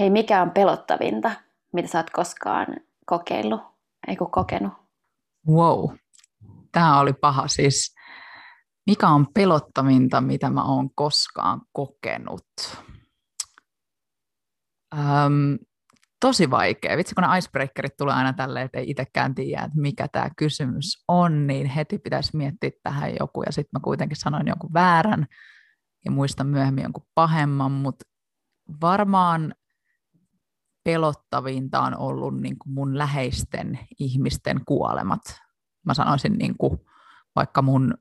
Hei, mikä on pelottavinta, mitä sä oot koskaan kokeillut? Ei kun kokenut. Wow, tämä oli paha. Siis, mikä on pelottavinta, mitä mä oon koskaan kokenut? Öm, Tosi vaikea. Vitsi, kun ne icebreakerit tulee aina tälleen, että ei itsekään tiedä, että mikä tämä kysymys on, niin heti pitäisi miettiä tähän joku. Ja sitten mä kuitenkin sanoin jonkun väärän ja muistan myöhemmin jonkun pahemman, mutta varmaan pelottavinta on ollut niin kuin mun läheisten ihmisten kuolemat. Mä sanoisin niin kuin vaikka mun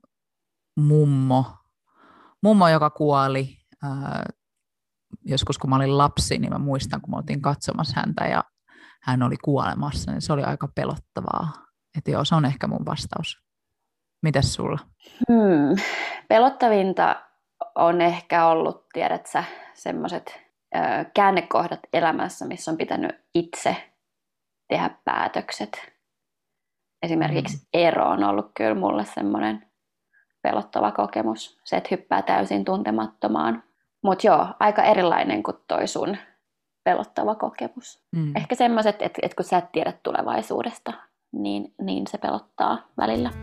mummo, joka kuoli joskus, kun mä olin lapsi, niin mä muistan, kun me oltiin katsomassa häntä ja hän oli kuolemassa, niin se oli aika pelottavaa. Että joo, se on ehkä mun vastaus. Mitäs sulla? Pelottavinta on ehkä ollut, tiedät sä, semmoiset käännekohdat elämässä, missä on pitänyt itse tehdä päätökset. Esimerkiksi ero on ollut kyllä mulle semmoinen pelottava kokemus. Se, että hyppää täysin tuntemattomaan. Mutta joo, aika erilainen kuin toi sun pelottava kokemus. Ehkä semmoiset, että kun sä et tiedä tulevaisuudesta, niin se pelottaa välillä.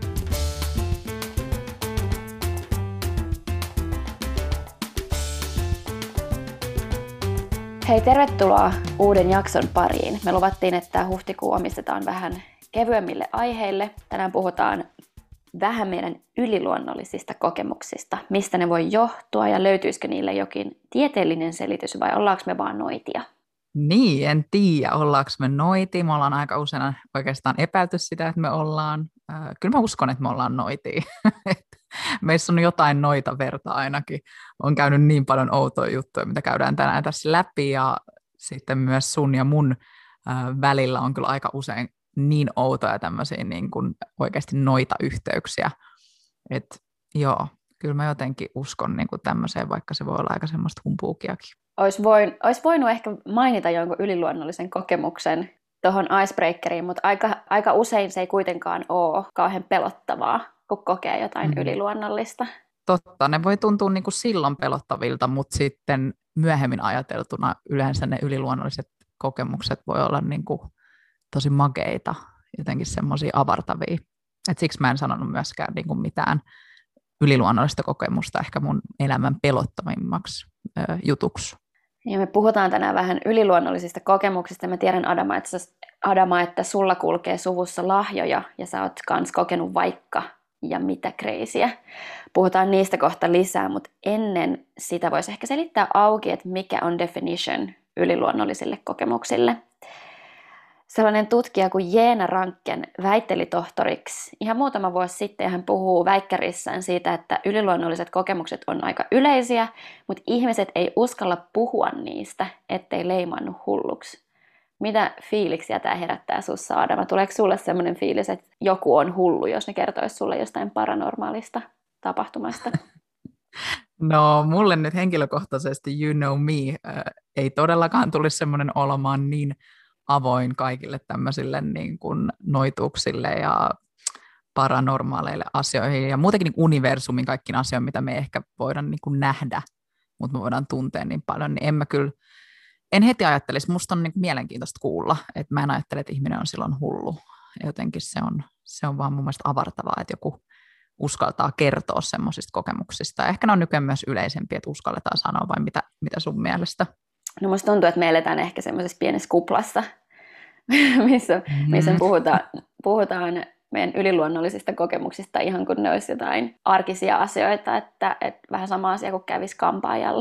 Hei, tervetuloa uuden jakson pariin. Me luvattiin, että huhtikuu omistetaan vähän kevyemmille aiheille. Tänään puhutaan vähän meidän yliluonnollisista kokemuksista, mistä ne voi johtua ja löytyisikö niille jokin tieteellinen selitys vai ollaanko me vaan noitia? Niin, en tiedä, ollaanko me noitia. Me ollaan aika usein oikeastaan epäilty sitä, että me ollaan. Kyllä mä uskon, että me ollaan noitia. Meissä on jotain noita verta ainakin. On käynyt niin paljon outoja juttuja, mitä käydään tänään tässä läpi. Ja sitten myös sun ja mun välillä on kyllä aika usein niin outoja tämmöisiä niin kuin oikeasti noita yhteyksiä. Että joo, kyllä mä jotenkin uskon niin kuin tämmöiseen, vaikka se voi olla aika semmoista humpuukiakin. Olisi voinut ehkä mainita jonkun yliluonnollisen kokemuksen tuohon icebreakeriin, mutta aika usein se ei kuitenkaan ole kauhean pelottavaa, kun kokee jotain yliluonnollista. Totta, ne voi tuntua niin kuin silloin pelottavilta, mutta sitten myöhemmin ajateltuna yleensä ne yliluonnolliset kokemukset voi olla niin kuin tosi makeita, jotenkin semmoisia avartavia. Et siksi mä en sanonut myöskään niin kuin mitään yliluonnollista kokemusta ehkä mun elämän pelottavimmaksi jutuksi. Ja me puhutaan tänään vähän yliluonnollisista kokemuksista. Mä tiedän, Adama, että sulla kulkee suvussa lahjoja ja sä oot kans kokenut vaikka ja mitä kreisiä. Puhutaan niistä kohta lisää, mutta ennen sitä voisi ehkä selittää auki, että mikä on definition yliluonnollisille kokemuksille. Sellainen tutkija kuin Jeena Rankken väitteli tohtoriksi ihan muutama vuosi sitten, ja hän puhuu väikkärissään siitä, että yliluonnolliset kokemukset on aika yleisiä, mutta ihmiset ei uskalla puhua niistä, ettei leimaannu hulluksi. Mitä fiiliksiä tämä herättää sussa, Adama? Tuleeko sulle sellainen fiilis, että joku on hullu, jos ne kertoisi sulle jostain paranormaalista tapahtumasta? No, mulle nyt henkilökohtaisesti, you know me, ei todellakaan tulisi semmoinen olemaan niin avoin kaikille tämmöisille niin kuin noituuksille ja paranormaaleille asioihin ja muutenkin niin universumin kaikkiin asioihin, mitä me ehkä voidaan niin kuin nähdä, mutta me voidaan tuntea niin paljon, niin en heti ajattelisi, musta on niin kuin mielenkiintoista kuulla, että mä en ajattele, että ihminen on silloin hullu. Jotenkin se on vaan mun mielestä avartavaa, että joku uskaltaa kertoa semmoisista kokemuksista. Ja ehkä ne on nykyään myös yleisempiä, että uskalletaan sanoa, vai mitä sun mielestä? No musta tuntuu, että me eletään ehkä semmoisessa pienessä kuplassa, missä puhutaan meidän yliluonnollisista kokemuksista ihan kuin ne olisi jotain arkisia asioita, että vähän sama asia kuin kävisi kampaajalla,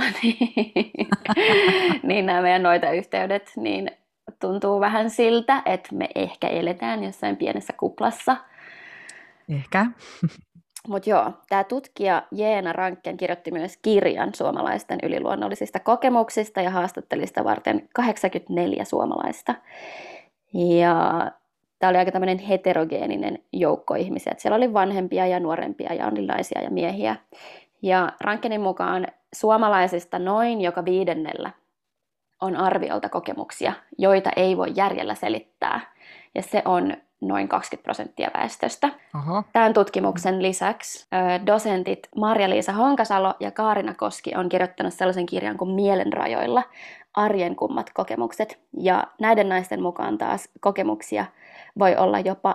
niin nämä meidän noita yhteydet niin tuntuu vähän siltä, että me ehkä eletään jossain pienessä kuplassa. Ehkä. Mutta joo, tämä tutkija Jeena Rankken kirjoitti myös kirjan suomalaisten yliluonnollisista kokemuksista ja haastatteli sitä varten 84 suomalaista. Ja tämä oli aika tämmöinen heterogeeninen joukko ihmisiä. Siellä oli vanhempia ja nuorempia ja naisia ja miehiä. Ja Rankkenin mukaan suomalaisista noin joka 5. on arviolta kokemuksia, joita ei voi järjellä selittää. Ja se on noin 20% väestöstä. Oho. Tämän tutkimuksen lisäksi dosentit Marja-Liisa Honkasalo ja Kaarina Koski on kirjoittanut sellaisen kirjan kuin Mielenrajoilla. arjen kummat kokemukset. Ja näiden naisten mukaan taas kokemuksia voi olla jopa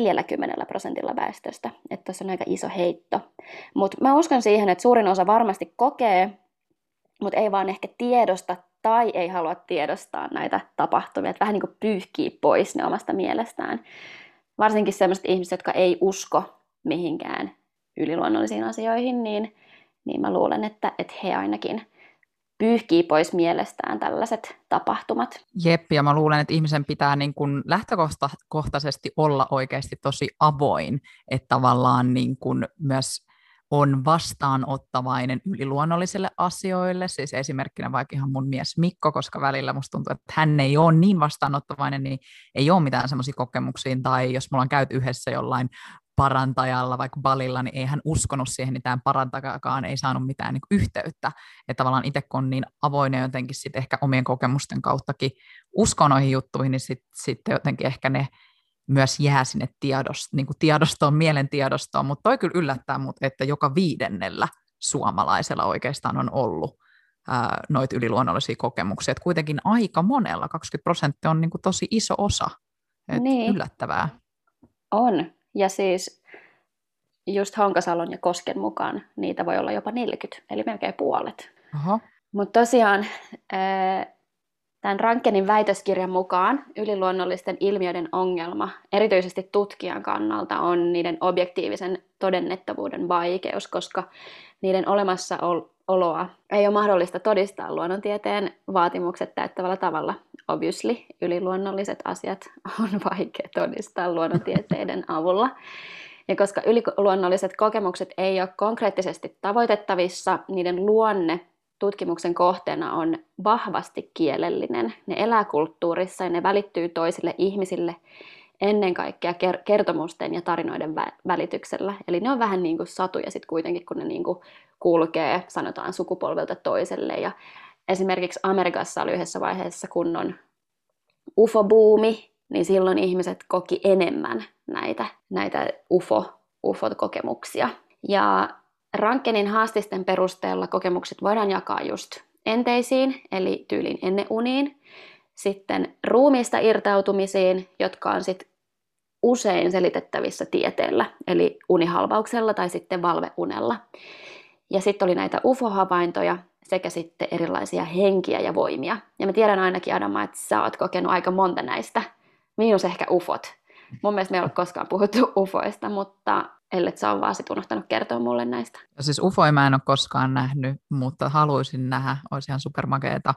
40% väestöstä. Että tuossa on aika iso heitto. Mutta mä uskon siihen, että suurin osa varmasti kokee, mutta ei vaan ehkä tiedosta tai ei halua tiedostaa näitä tapahtumia. Että vähän niin kuin pyyhkii pois ne omasta mielestään. Varsinkin sellaiset ihmiset, jotka ei usko mihinkään yliluonnollisiin asioihin, niin mä luulen, että he ainakin pyyhkii pois mielestään tällaiset tapahtumat. Jep, ja mä luulen, että ihmisen pitää niin kuin lähtökohtaisesti olla oikeasti tosi avoin, että tavallaan niin kuin myös on vastaanottavainen yliluonnollisille asioille, siis esimerkkinä vaikka ihan mun mies Mikko, koska välillä musta tuntuu, että hän ei ole niin vastaanottavainen, niin ei ole mitään semmoisia kokemuksia, tai jos mulla on käyty yhdessä jollain parantajalla, vaikka Balilla, niin ei hän uskonut siihen, niin tämän parantajakaan ei saanut mitään niin kuin yhteyttä. Että tavallaan itse kun on niin avoin ja jotenkin sit ehkä omien kokemusten kauttakin uskoo noihin juttuihin, niin sitten jotenkin ehkä ne myös jää sinne niin kuin tiedostoon, mielen tiedostoon, mutta toi kyllä yllättää mut, että joka 5. suomalaisella oikeastaan on ollut noita yliluonnollisia kokemuksia, että kuitenkin aika monella, 20% on niin kuin tosi iso osa, että niin. Yllättävää. On, ja siis just Honkasalon ja Kosken mukaan niitä voi olla jopa 40, eli melkein puolet. Mutta tosiaan tämän Rankenin väitöskirjan mukaan yliluonnollisten ilmiöiden ongelma, erityisesti tutkijan kannalta, on niiden objektiivisen todennettavuuden vaikeus, koska niiden olemassaoloa ei ole mahdollista todistaa luonnontieteen vaatimukset täyttävällä tavalla. Obviously, yliluonnolliset asiat on vaikea todistaa luonnontieteiden avulla. Ja koska yliluonnolliset kokemukset ei ole konkreettisesti tavoitettavissa, niiden luonne tutkimuksen kohteena on vahvasti kielellinen. Ne elää kulttuurissa ja ne välittyy toisille ihmisille ennen kaikkea kertomusten ja tarinoiden välityksellä. Eli ne on vähän niin kuin satuja sitten kuitenkin, kun ne niin kuin kulkee, sanotaan, sukupolvelta toiselle. Ja esimerkiksi Amerikassa oli yhdessä vaiheessa kunnon UFO-buumi, niin silloin ihmiset koki enemmän näitä UFO-kokemuksia. Ja Rankenin haastisten perusteella kokemukset voidaan jakaa just enteisiin, eli tyylin enneuniin, sitten ruumiista irtautumisiin, jotka on sitten usein selitettävissä tieteellä, eli unihalvauksella tai sitten valveunella. Ja sitten oli näitä UFO-havaintoja sekä sitten erilaisia henkiä ja voimia. Ja mä tiedän ainakin, Adama, että sä oot kokenut aika monta näistä, miinus ehkä UFOt. Mun mielestä me ei ole koskaan puhuttu UFOista, mutta ellet sä ole vaan sit unohtanut kertoa mulle näistä. Ja siis UFOja mä en ole koskaan nähnyt, mutta haluaisin nähdä, olisi ihan supermakeeta.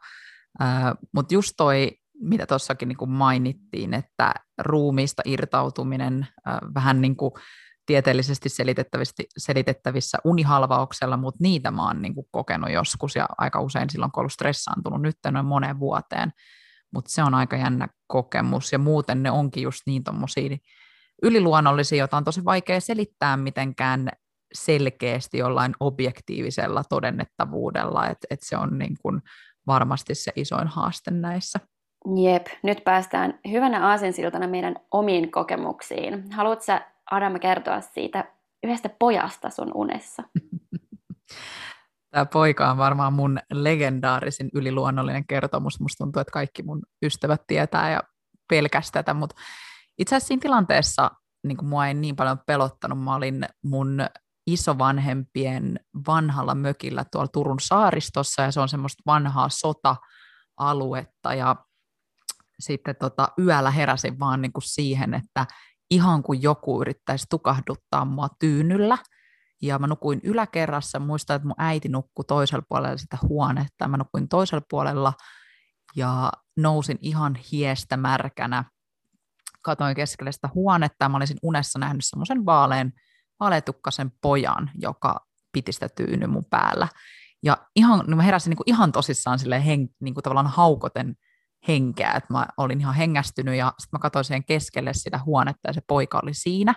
Mutta just toi, mitä tuossakin niinku mainittiin, että ruumiista irtautuminen vähän niin kuin tieteellisesti selitettävissä unihalvauksella, mutta niitä mä oon niinku kokenut joskus ja aika usein silloin, kun ollut stressaantunut, nyt en ole moneen vuoteen, mutta se on aika jännä kokemus ja muuten ne onkin just niin tommosia yliluonnollisia, joita on tosi vaikea selittää mitenkään selkeästi jollain objektiivisella todennettavuudella, että se on niin kuin varmasti se isoin haaste näissä. Jep, nyt päästään hyvänä aasinsiltana meidän omiin kokemuksiin. Haluatko sä, Adama, kertoa siitä yhdestä pojasta sun unessa? Tämä poika on varmaan mun legendaarisin yliluonnollinen kertomus. Musta tuntuu, että kaikki mun ystävät tietää ja pelkäs tätä, mutta itse asiassa siinä tilanteessa niin mua ei niin paljon pelottanut. Mä olin mun isovanhempien vanhalla mökillä tuolla Turun saaristossa, ja se on semmoista vanhaa sota-aluetta, ja sitten yöllä heräsin vaan niin kuin siihen, että ihan kuin joku yrittäisi tukahduttaa mua tyynyllä, ja mä nukuin yläkerrassa. Muistan, että mun äiti nukkui toisella puolella sitä huonetta, ja mä nukuin toisella puolella, ja nousin ihan hiestä märkänä, katoin keskelle sitä huonetta, ja mä olisin unessa nähnyt semmoisen vaaleatukkaisen pojan, joka piti sitä tyyny mun päällä. Ja mä heräsin ihan tosissaan silleen niin kuin tavallaan haukoten henkeä, että mä olin ihan hengästynyt, ja sitten mä katsoin siihen keskelle sitä huonetta, ja se poika oli siinä.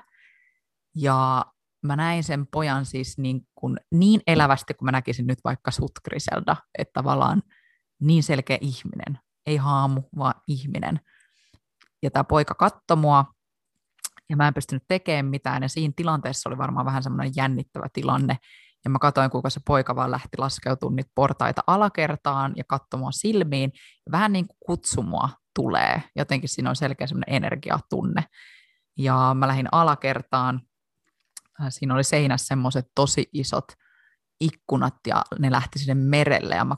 Ja mä näin sen pojan siis niin elävästi, kun mä näkisin nyt vaikka sut, Griselda, että tavallaan niin selkeä ihminen, ei haamu, vaan ihminen. Ja tämä poika katsoi mua, ja mä en pystynyt tekemään mitään, ja siinä tilanteessa oli varmaan vähän semmoinen jännittävä tilanne, Ja mä katsoin, kuinka se poika vaan lähti laskeutumaan niitä portaita alakertaan ja katsomaan silmiin. Ja vähän niin kuin kutsu mua tulee. Jotenkin siinä on selkeä semmoinen energiatunne. Ja mä lähdin alakertaan. Siinä oli seinässä semmoiset tosi isot ikkunat ja ne lähti sinne merelle. Ja mä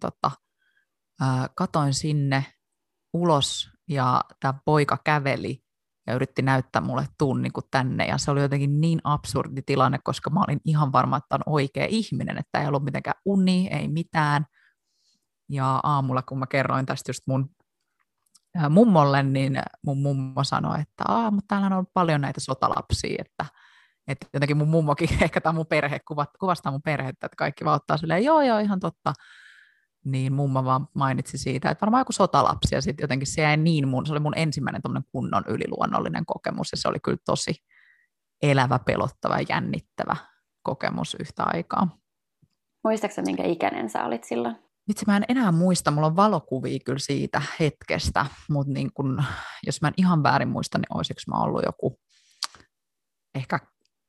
katoin sinne ulos ja tämä poika käveli ja yritti näyttää mulle tuun niin kuin tänne. Ja se oli jotenkin niin absurdi tilanne, koska mä olin ihan varma, että on oikea ihminen, että ei ollut mitenkään uni, ei mitään. Ja aamulla, kun mä kerroin tästä just mun mummolle, niin mun mummo sanoi, että mutta täällä on ollut paljon näitä sotalapsia, että jotenkin mun mummokin, ehkä tämä mun perhe, kuvastaa mun perhettä, että kaikki vaan ottaa silleen, joo, ihan totta. Niin mummo vaan mainitsi siitä, että varmaan joku sotalapsi, ja sitten jotenkin se jäi se oli mun ensimmäinen tommoinen kunnon yliluonnollinen kokemus, ja se oli kyllä tosi elävä, pelottava ja jännittävä kokemus yhtä aikaa. Muistaaksä, minkä ikäinen sä olit silloin? Vitsi, mä en enää muista, mulla on valokuvia kyllä siitä hetkestä, mutta niin kun, jos mä en ihan väärin muista, niin olisiko mä ollut joku ehkä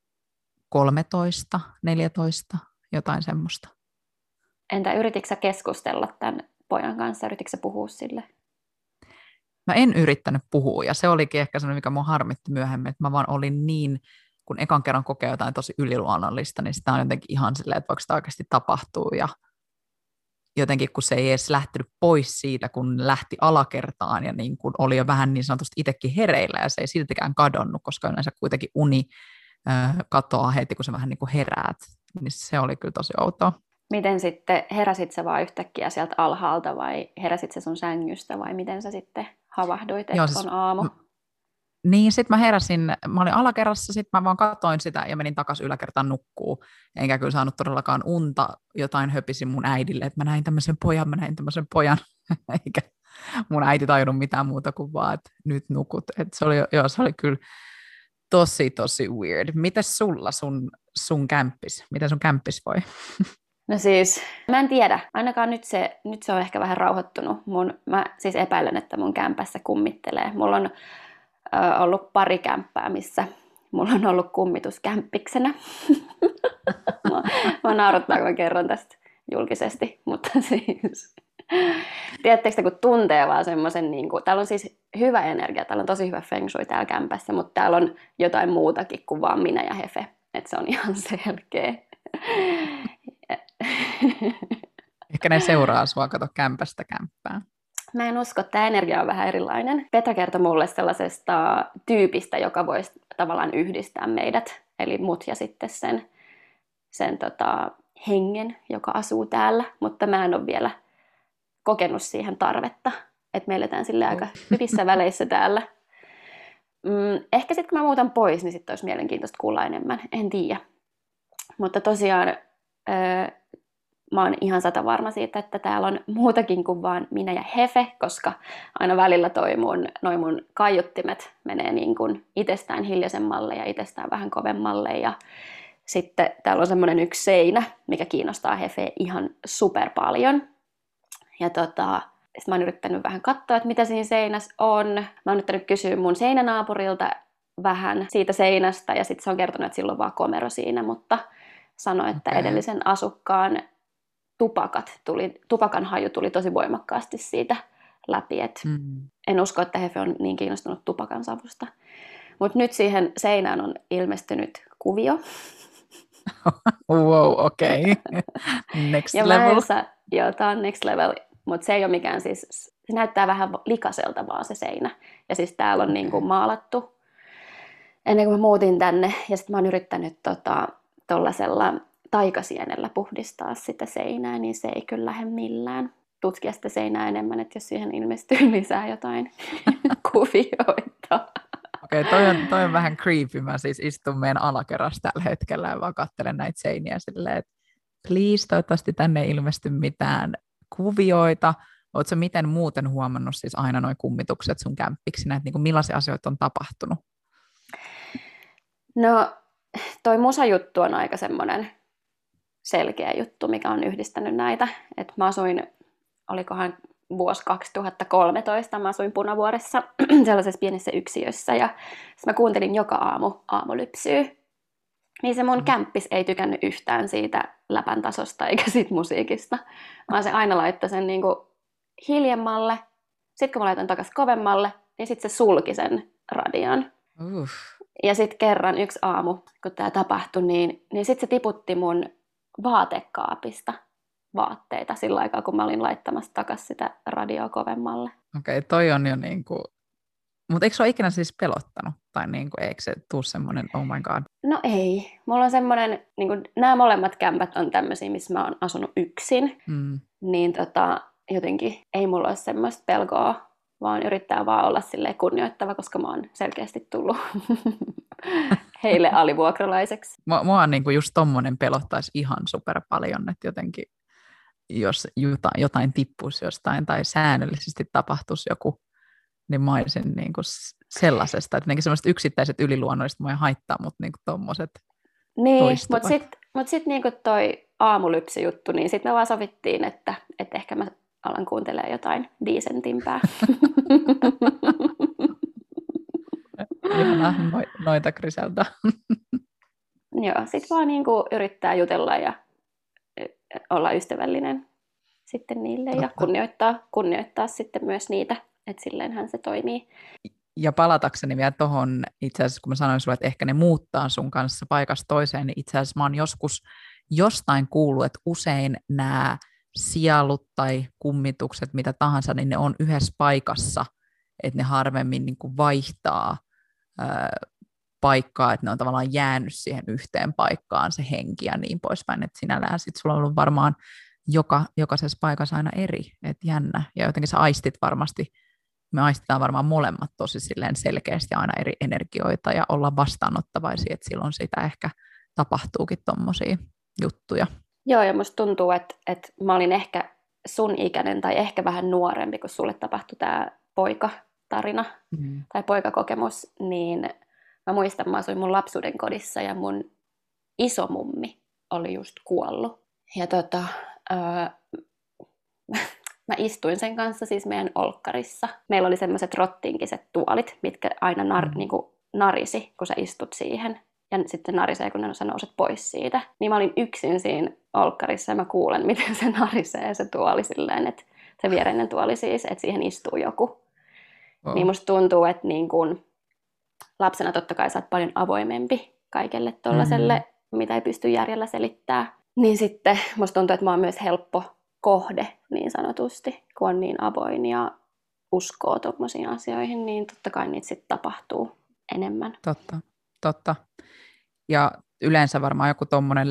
13, 14, jotain semmoista. Entä yrititkö sä keskustella tämän pojan kanssa? Yrititkö sä puhua sille? Mä en yrittänyt puhua, ja se olikin ehkä sellainen, mikä mua harmitti myöhemmin, että mä vaan olin niin, kun ekan kerran kokee jotain tosi yliluonnollista, niin sitä on jotenkin ihan silleen, että voiko sitä oikeasti tapahtuu, ja jotenkin kun se ei edes lähtenyt pois siitä, kun lähti alakertaan, ja niin kun oli jo vähän niin sanotusti itsekin hereillä, ja se ei siltikään kadonnut, koska yleensä kuitenkin uni katoaa heti, kun sä vähän niin kuin heräät, niin se oli kyllä tosi outoa. Miten sitten, heräsit sä vaan yhtäkkiä sieltä alhaalta vai heräsit sä sun sängystä vai miten sä sitten havahduit, että on aamu? Niin, sitten mä heräsin, mä olin alakerrassa, sitten mä vaan katsoin sitä ja menin takaisin yläkertaan nukkuu. Enkä kyllä saanut todellakaan unta, jotain höpisin mun äidille, että mä näin tämmöisen pojan, eikä mun äiti tajunnut mitään muuta kuin vaan, että nyt nukut. Et se oli kyllä tosi weird. Mites sulla sun kämppis? Miten sun kämppis voi? No siis, mä en tiedä. Ainakaan nyt se on ehkä vähän rauhoittunut. Mä siis epäilen, että mun kämpässä kummittelee. Mulla on ollut pari kämppää, missä mulla on ollut kummitus kämppiksenä. Mä naurattaa, kun mä kerron tästä julkisesti, mutta siis... Tiedättekö, kun tuntee vaan semmoisen, niin kuin, täällä on siis hyvä energia, täällä on tosi hyvä feng shui täällä kämpässä, mutta täällä on jotain muutakin kuin vaan minä ja Hefe, että se on ihan selkeä. Ehkä ne seuraa sua, kato kämpästä kämppään. Mä en usko, että tämä energia on vähän erilainen. Petra kertoi mulle sellaisesta tyypistä, joka voisi tavallaan yhdistää meidät, eli mut ja sitten sen hengen, joka asuu täällä, mutta mä en ole vielä kokenut siihen tarvetta, että me eletään silleen aika hyvissä väleissä täällä. Ehkä sitten kun mä muutan pois, niin sitten olisi mielenkiintoista kuulla enemmän, en tiedä. Mutta tosiaan mä oon ihan satavarma siitä, että täällä on muutakin kuin vaan minä ja Hefe, koska aina välillä noi mun kaiuttimet menee niin kuin itsestään hiljaisemmalle ja itsestään vähän kovemmalle. Ja sitten täällä on semmoinen yksi seinä, mikä kiinnostaa Hefeä ihan super paljon. Ja sitten mä oon yrittänyt vähän katsoa, että mitä siinä seinässä on. Mä oon yrittänyt kysyä mun seinänaapurilta vähän siitä seinästä, ja sitten se on kertonut, että sillä on vaan komero siinä, mutta sanoi, että edellisen asukkaan tupakan haju tuli tosi voimakkaasti siitä läpi. En usko, että Hefe on niin kiinnostunut tupakan savusta. Mutta nyt siihen seinään on ilmestynyt kuvio. Wow, okei. Next level. Joo, tää on next level. Mutta se ei ole mikään siis, se näyttää vähän likaiselta vaan se seinä. Ja siis täällä on niinku maalattu ennen kuin mä muutin tänne. Ja sitten mä oon yrittänyt tollasella taikasienellä puhdistaa sitä seinää, niin se ei kyllä lähde millään. Tutkia sitä seinää enemmän, että jos siihen ilmestyy lisää jotain kuvioita. Okei, toi on vähän creepy. Mä siis istun meidän alakerrassa tällä hetkellä ja vaan katselen näitä seiniä silleen, että please, toivottavasti tänne ei ilmesty mitään kuvioita. Oletko miten muuten huomannut siis aina nuo kummitukset sun kämppiksinä, että niinku millaisia asioita on tapahtunut? No, toi musajuttu on aika semmoinen selkeä juttu, mikä on yhdistänyt näitä. Et mä asuin, olikohan vuosi 2013, mä asuin Punavuoressa sellaisessa pienessä yksiössä ja mä kuuntelin joka aamu aamulypsyä. Niin se mun kämppis ei tykännyt yhtään siitä läpän tasosta eikä siitä musiikista, vaan se aina laittoi sen niinku hiljemmalle. Sitten kun mä laitan takaisin kovemmalle, niin sitten se sulki sen radion. Ja sitten kerran yksi aamu, kun tämä tapahtui, niin sitten se tiputti mun vaatekaapista vaatteita sillä aikaa, kun mä olin laittamassa takaisin sitä radioa kovemmalle. Okei, toi on jo niinku... Mutta eikö se ole ikinä siis pelottanut? Tai niinku, eikö se tuu semmoinen, oh my god? No ei. Mulla on semmoinen, niin nämä molemmat kämpät on tämmöisiä, missä mä oon asunut yksin. Niin jotenkin ei mulla ole semmoista pelkoa, vaan yrittää vaan olla silleen kunnioittava, koska mä oon selkeästi tullut heille alivuokralaiseksi. Mua niinku just tommonen pelottaisi ihan super paljon, että jotenkin jos jotain tippuisi jostain tai säännöllisesti tapahtuisi joku, niin mä olisin niinku sellaisesta, että sellaiset yksittäiset yliluonnolliset mua ei haittaa, mutta niinku tommoset toistuvat. Mutta sitten niinku toi aamulypsy-juttu, niin sitten me vaan sovittiin, että ehkä mä alan kuuntelemaan jotain decentimpää. Ihana noita Griselda. Joo, sitten vaan niinku yrittää jutella ja olla ystävällinen sitten niille. Totta. Ja kunnioittaa sitten myös niitä, että silleenhän se toimii. Ja palatakseni vielä tuohon, itse asiassa kun mä sanoin sulle, että ehkä ne muuttaa sun kanssa paikasta toiseen, niin itse asiassa mä oon joskus jostain kuullut, että usein nämä sielut tai kummitukset, mitä tahansa, niin ne on yhdessä paikassa, että ne harvemmin niin kuin vaihtaa paikkaa, että ne on tavallaan jäänyt siihen yhteen paikkaan se henki ja niin poispäin, että sinällään sitten sulla on ollut varmaan jokaisessa paikassa aina eri, että jännä, ja jotenkin sä aistit varmasti, me aistetaan varmaan molemmat tosi silleen selkeästi aina eri energioita ja olla vastaanottavaisia, että silloin sitä ehkä tapahtuukin tommosia juttuja. Joo, ja musta tuntuu, että mä olin ehkä sun ikäinen tai ehkä vähän nuorempi, kun sulle tapahtui tämä poikatarina tai poikakokemus, niin mä muistan, mä asuin mun lapsuuden kodissa ja mun isomummi oli just kuollut. Ja mä istuin sen kanssa siis meidän olkkarissa. Meillä oli semmoiset rottinkiset tuolit, mitkä aina niinku narisi, kun sä istut siihen. Ja sitten narisee, kun sä nouset pois siitä. Niin mä olin yksin siinä olkkarissa ja mä kuulen, miten se narisee se tuoli silleen, että se viereinen tuoli siis, että siihen istuu joku. Wow. Niin musta tuntuu, että niin kun lapsena totta kai sä oot paljon avoimempi kaikelle tollaselle, mitä ei pysty järjellä selittämään. Niin sitten musta tuntuu, että mä oon myös helppo kohde niin sanotusti, kun on niin avoin ja uskoo tommosiin asioihin, niin totta kai niitä sitten tapahtuu enemmän. Totta. Ja yleensä varmaan joku tommonen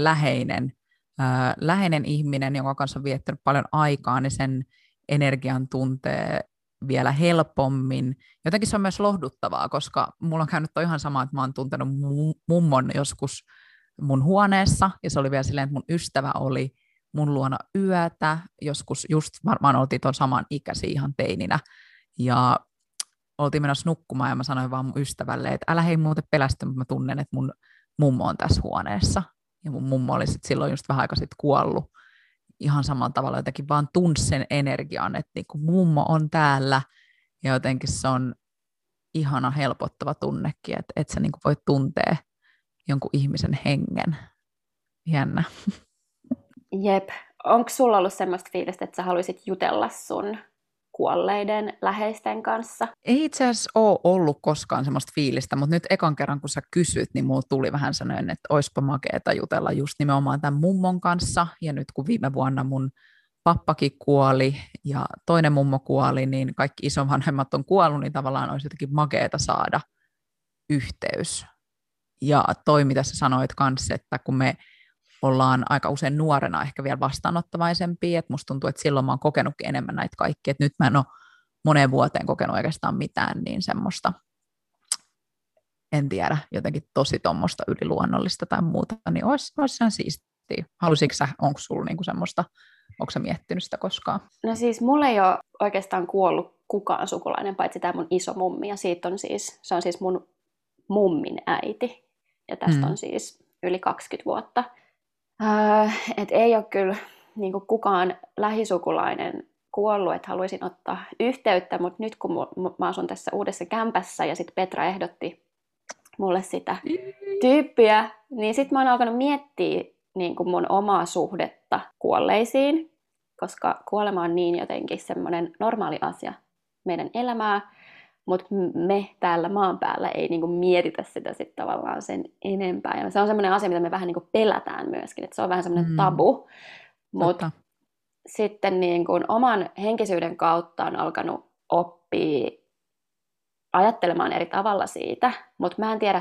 läheinen ihminen, jonka kanssa on viettänyt paljon aikaa, niin sen energian tuntee vielä helpommin. Jotenkin se on myös lohduttavaa, koska mulla on käynyt ihan sama, että mä oon tuntenut mummon joskus mun huoneessa, ja se oli vielä silleen, että mun ystävä oli mun luona yötä, joskus just varmaan oltiin tuon saman ikäisiä ihan teininä, ja oltiin menossa nukkumaan, ja mä sanoin vaan mun ystävälle, että älä hei muuten pelästy, mutta mä tunnen, että mun mummo on tässä huoneessa, ja mun mummo oli sit silloin just vähän aikaa sitten kuollut, ihan samalla tavalla jotenkin vaan tunsi sen energian, että niinku mummo on täällä, ja jotenkin se on ihana helpottava tunnekin, että sä niinku voit tuntea jonkun ihmisen hengen. Jännä. Jep. Onko sulla ollut semmoista fiilistä, että sä haluaisit jutella sun kuolleiden läheisten kanssa? Ei itse asiassa ole ollut koskaan semmoista fiilistä, mutta nyt ekan kerran kun sä kysyt, niin mulla tuli vähän sellainen, että oispa makeeta jutella just nimenomaan tämän mummon kanssa. Ja nyt kun viime vuonna mun pappakin kuoli ja toinen mummo kuoli, niin kaikki isovanhemmat on kuollut, niin tavallaan olisi jotenkin makeeta saada yhteys. Ja toi, mitä sä sanoit kanssa, että kun me ollaan aika usein nuorena ehkä vielä vastaanottavaisempia, että musta tuntuu, että silloin mä oon kokenutkin enemmän näitä kaikkia, että nyt mä en ole moneen vuoteen kokenut oikeastaan mitään niin semmoista, en tiedä, jotenkin tosi tommoista yliluonnollista tai muuta, niin olisi ihan siistiä. Haluaisitko sä, onko sulla niinku semmoista, onko sä miettinyt sitä koskaan? No siis mulla ei ole oikeastaan kuollut kukaan sukulainen, paitsi tämä mun iso mummi, ja se on siis mun mummin äiti, ja tästä on siis yli 20 vuotta. Et ei ole kyllä niin kukaan lähisukulainen kuollut, että haluaisin ottaa yhteyttä, mutta nyt kun mä asun tässä uudessa kämpässä ja sitten Petra ehdotti mulle sitä tyyppiä, niin sitten mä oon alkanut miettiä niin kuin mun omaa suhdetta kuolleisiin, koska kuolema on niin jotenkin semmoinen normaali asia meidän elämää, mutta me täällä maan päällä ei niin kuin mietitä sitä sit tavallaan sen enempää. Ja se on semmoinen asia, mitä me vähän niin kuin pelätään myöskin, että se on vähän semmoinen tabu. Mutta sitten niin kuin oman henkisyyden kautta on alkanut oppia ajattelemaan eri tavalla siitä, mutta mä en tiedä.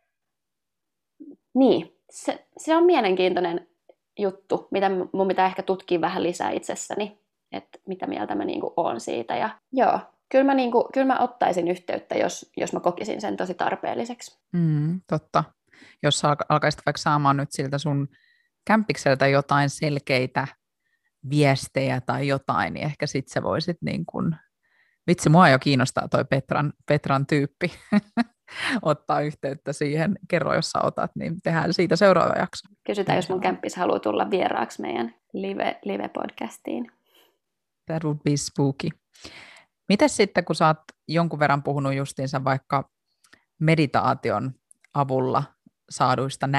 Niin, se on mielenkiintoinen juttu, mitä mun pitää ehkä tutkia vähän lisää itsessäni, että mitä mieltä mä niinku oon siitä. Ja joo, kyllä mä ottaisin yhteyttä, jos mä kokisin sen tosi tarpeelliseksi. Totta. Jos alkaisit vaikka saamaan nyt siltä sun kämpikseltä jotain selkeitä viestejä tai jotain, niin ehkä sit sä voisit niin kuin, vitsi, mua jo kiinnostaa toi Petran tyyppi. Ottaa yhteyttä siihen, kerro jos sä otat, niin tehdään siitä seuraava jakso. Kysytään, jos mun kämppis haluaa tulla vieraaksi meidän live-podcastiin. That would be spooky. Mites sitten, kun sä oot jonkun verran puhunut justiinsa vaikka meditaation avulla saaduista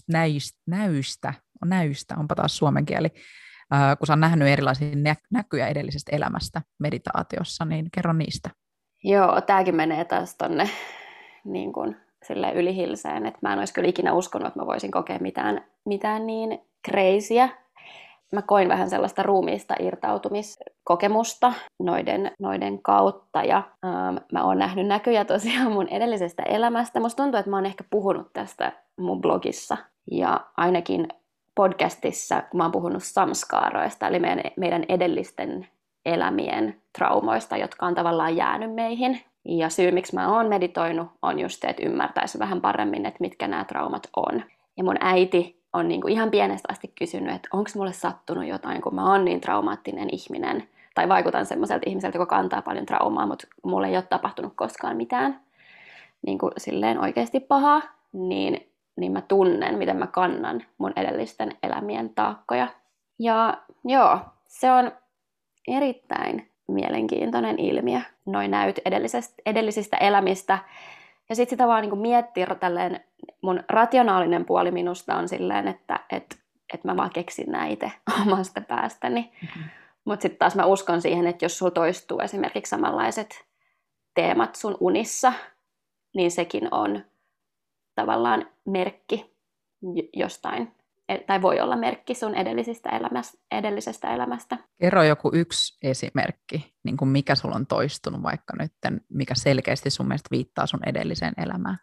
näystä, onpa taas suomen kieli, kun sä oot nähnyt erilaisia näkyjä edellisestä elämästä meditaatiossa, niin kerro niistä. Joo, tääkin menee taas tonne niin kuin silleen ylihilseen, että mä en olisi kyllä ikinä uskonut, että mä voisin kokea mitään niin crazyä. Mä koin vähän sellaista ruumiista irtautumiskokemusta noiden kautta ja mä oon nähnyt näkyjä tosiaan mun edellisestä elämästä. Musta tuntuu, että mä oon ehkä puhunut tästä mun blogissa ja ainakin podcastissa, kun mä oon puhunut samskaaroista, eli meidän edellisten elämien traumoista, jotka on tavallaan jäänyt meihin. Ja syy, miksi mä oon meditoinut, on just se, että ymmärtäisi vähän paremmin, että mitkä nämä traumat on. Ja mun äiti on niinku ihan pienestä asti kysynyt, että onko mulle sattunut jotain, kun mä oon niin traumaattinen ihminen. Tai vaikutan semmoiselta ihmiseltä, joka kantaa paljon traumaa, mutta mulle ei ole tapahtunut koskaan mitään niin kuin silleen oikeasti pahaa. Niin mä tunnen, miten mä kannan mun edellisten elämien taakkoja. Ja joo, se on erittäin mielenkiintoinen ilmiö, noi näyt edellisistä elämistä. Ja sitten sitä vaan niin miettiä tälleen, mun rationaalinen puoli minusta on silleen, että mä vaan keksin nämä itse omasta päästäni. Mutta sitten taas mä uskon siihen, että jos sulla toistuu esimerkiksi samanlaiset teemat sun unissa, niin sekin on tavallaan merkki jostain. Tai voi olla merkki sun edellisestä elämästä. Kerro joku yksi esimerkki, niin kuin mikä sulla on toistunut vaikka nyt, mikä selkeästi sun mielestä viittaa sun edelliseen elämään.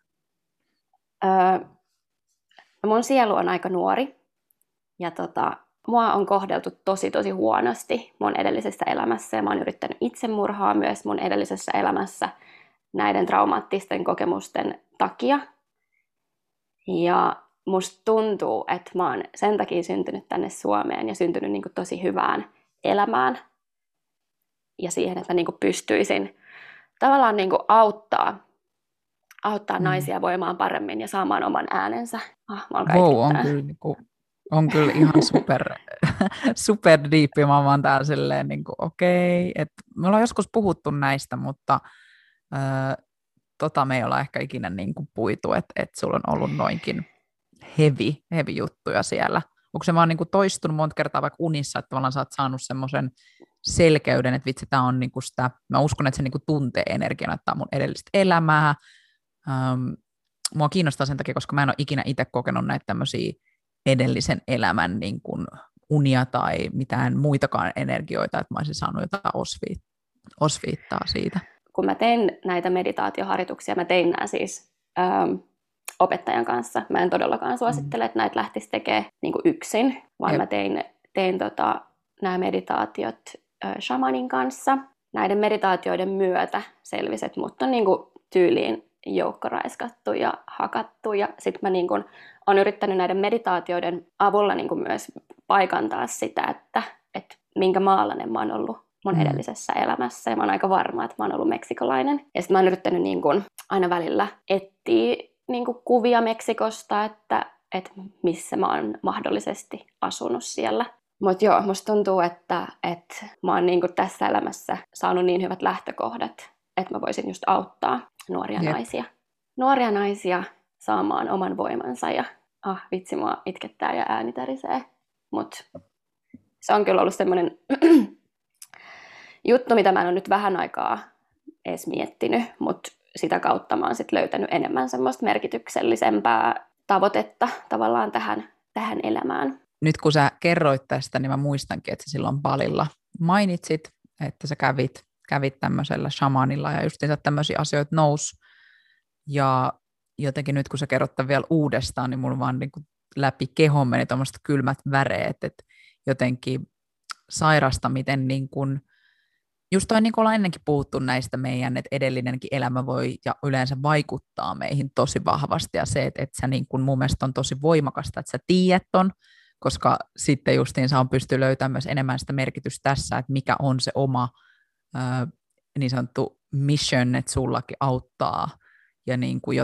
Mun sielu on aika nuori ja mua on kohdeltu tosi huonosti mun edellisessä elämässä ja mä oon yrittänyt itsemurhaa myös mun edellisessä elämässä näiden traumaattisten kokemusten takia. Ja musta tuntuu, että mä oon sen takia syntynyt tänne Suomeen ja syntynyt niin kuin tosi hyvään elämään ja siihen, että mä niin kuin pystyisin tavallaan niin kuin auttaa naisia voimaan paremmin ja saamaan oman äänensä. On kyllä ihan super diippi. Mä oon täällä silleen niin kuin okei. Me ollaan joskus puhuttu näistä, mutta me ei olla ehkä ikinä niin kuin puitu, että sulla on ollut noinkin heavy juttuja siellä. Onko se vaan niin kuin toistunut monta kertaa vaikka unissa, että tavallaan sä oot saanut semmoisen selkeyden, että vitsi, tää on niin kuin sitä, mä uskon, että se niin kuin tuntee energiana, että tää on mun edellistä elämää. Mua kiinnostaa sen takia, koska mä en ole ikinä itse kokenut näitä tämmöisiä edellisen elämän niin kuin unia tai mitään muitakaan energioita, että mä olisin saanut jotain osviittaa siitä. Kun mä tein näitä meditaatioharjoituksia, mä tein nämä siis opettajan kanssa. Mä en todellakaan suosittele, että näitä lähtisi tekemään niin kuin yksin, vaan mä tein nämä meditaatiot shamanin kanssa. Näiden meditaatioiden myötä selvisi, että mut on niin kuin tyyliin joukkoraiskattu ja hakattu. Ja sitten mä niin kuin olen yrittänyt näiden meditaatioiden avulla niin kuin myös paikantaa sitä, että minkä maalainen mä oon ollut mun edellisessä elämässä. Ja mä oon aika varma, että mä oon ollut meksikolainen. Ja sitten mä oon yrittänyt niin kuin aina välillä etsiä niin kuin kuvia Meksikosta, että missä mä oon mahdollisesti asunut siellä. Mutta joo, musta tuntuu, että mä oon niin kuin tässä elämässä saanut niin hyvät lähtökohdat, että mä voisin just auttaa nuoria naisia saamaan oman voimansa ja Vitsi, mua itkettää ja ääni tärisee. Mut se on kyllä ollut semmoinen juttu, mitä mä en ole nyt vähän aikaa edes miettinyt, mutta sitä kautta mä oon sit löytänyt enemmän semmoista merkityksellisempää tavoitetta tavallaan tähän elämään. Nyt kun sä kerroit tästä, niin mä muistankin, että silloin Balilla mainitsit, että sä kävit tämmöisellä shamanilla ja justiinsa tämmöisiä asioita nousi. Ja jotenkin nyt kun sä kerrot tämän vielä uudestaan, niin mulla vaan niin kuin läpi kehon meni tuommoiset kylmät väreet, että jotenkin sairasta, miten niin kuin, just toi niin kuin ollaan ennenkin puhuttu näistä meidän, että edellinenkin elämä voi ja yleensä vaikuttaa meihin tosi vahvasti ja se, että sä niin kuin mun mielestä on tosi voimakasta, että sä tiedät ton, koska sitten justiinsa on pysty löytämään myös enemmän sitä merkitystä tässä, että mikä on se oma niin sanottu mission, että sullakin auttaa ja niin kuin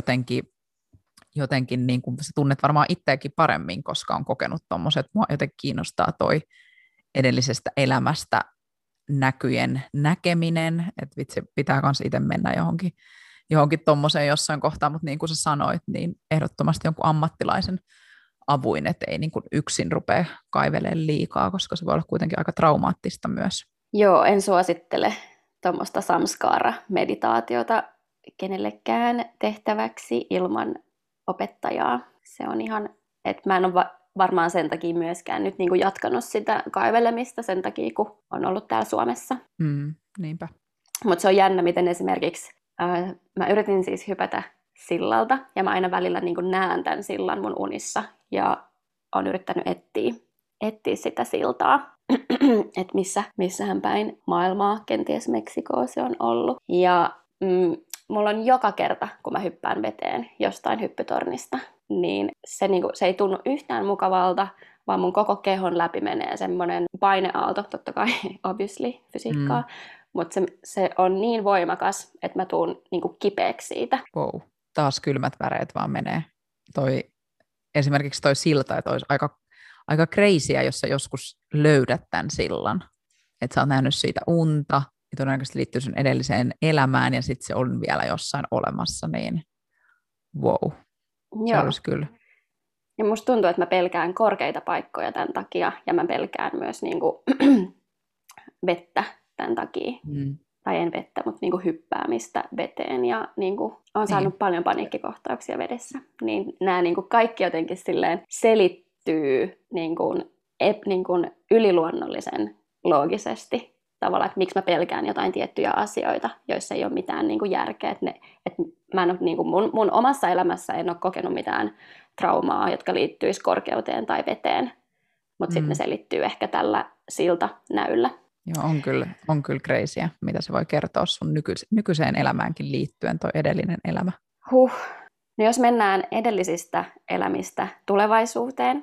jotenkin niin kuin sä tunnet varmaan itseäkin paremmin, koska on kokenut tommoset, mua jotenkin kiinnostaa toi edellisestä elämästä näkyjen näkeminen, että vitsi, pitää myös itse mennä johonkin tommoseen jossain kohtaa, mutta niin kuin sä sanoit, niin ehdottomasti jonkun ammattilaisen avuin, että ei niin kuin yksin rupea kaivelemaan liikaa, koska se voi olla kuitenkin aika traumaattista myös. Joo, en suosittele tuommoista samskara-meditaatiota kenellekään tehtäväksi ilman opettajaa. Se on ihan, että mä en ole varmaan sen takia myöskään nyt niin kuin jatkanut sitä kaivelemista sen takia, kun on ollut täällä Suomessa. Niinpä. Mutta se on jännä, miten esimerkiksi mä yritin siis hypätä sillalta ja mä aina välillä niin kuin näen tämän sillan mun unissa ja on yrittänyt etsiä sitä siltaa, että missähän päin maailmaa, kenties Meksikoa se on ollut. Ja mulla on joka kerta, kun mä hyppään veteen jostain hyppytornista, niin se ei tunnu yhtään mukavalta, vaan mun koko kehon läpi menee semmoinen paineaalto, totta kai obviously fysiikkaa, mutta se on niin voimakas, että mä tuun niin kuin kipeäksi siitä. Wow, taas kylmät väreet vaan menee. Esimerkiksi toi silta, että olisi aika crazyä, jos sä joskus löydät tämän sillan. Että sä oot nähnyt siitä unta, ja todennäköisesti liittyy sun edelliseen elämään, ja sitten se on vielä jossain olemassa, niin wow, se olisi kyllä. Ja musta tuntuu, että mä pelkään korkeita paikkoja tämän takia, ja mä pelkään myös niinku vettä tämän takia. Tai en vettä, mutta niinku hyppäämistä veteen, ja niinku on saanut paljon paniikkikohtauksia vedessä. Niin nämä niinku kaikki jotenkin silleen selittyy niinku yliluonnollisen loogisesti. Tavallaan, että miksi mä pelkään jotain tiettyjä asioita, joissa ei ole mitään niin kuin järkeä. Että mä en ole, niin kuin mun omassa elämässä en ole kokenut mitään traumaa, jotka liittyisi korkeuteen tai veteen. Mutta sitten ne selittyy ehkä tällä siltanäyllä. Joo, on kyllä crazyä, mitä se voi kertoa sun nykyiseen elämäänkin liittyen, toi edellinen elämä. No jos mennään edellisistä elämistä tulevaisuuteen.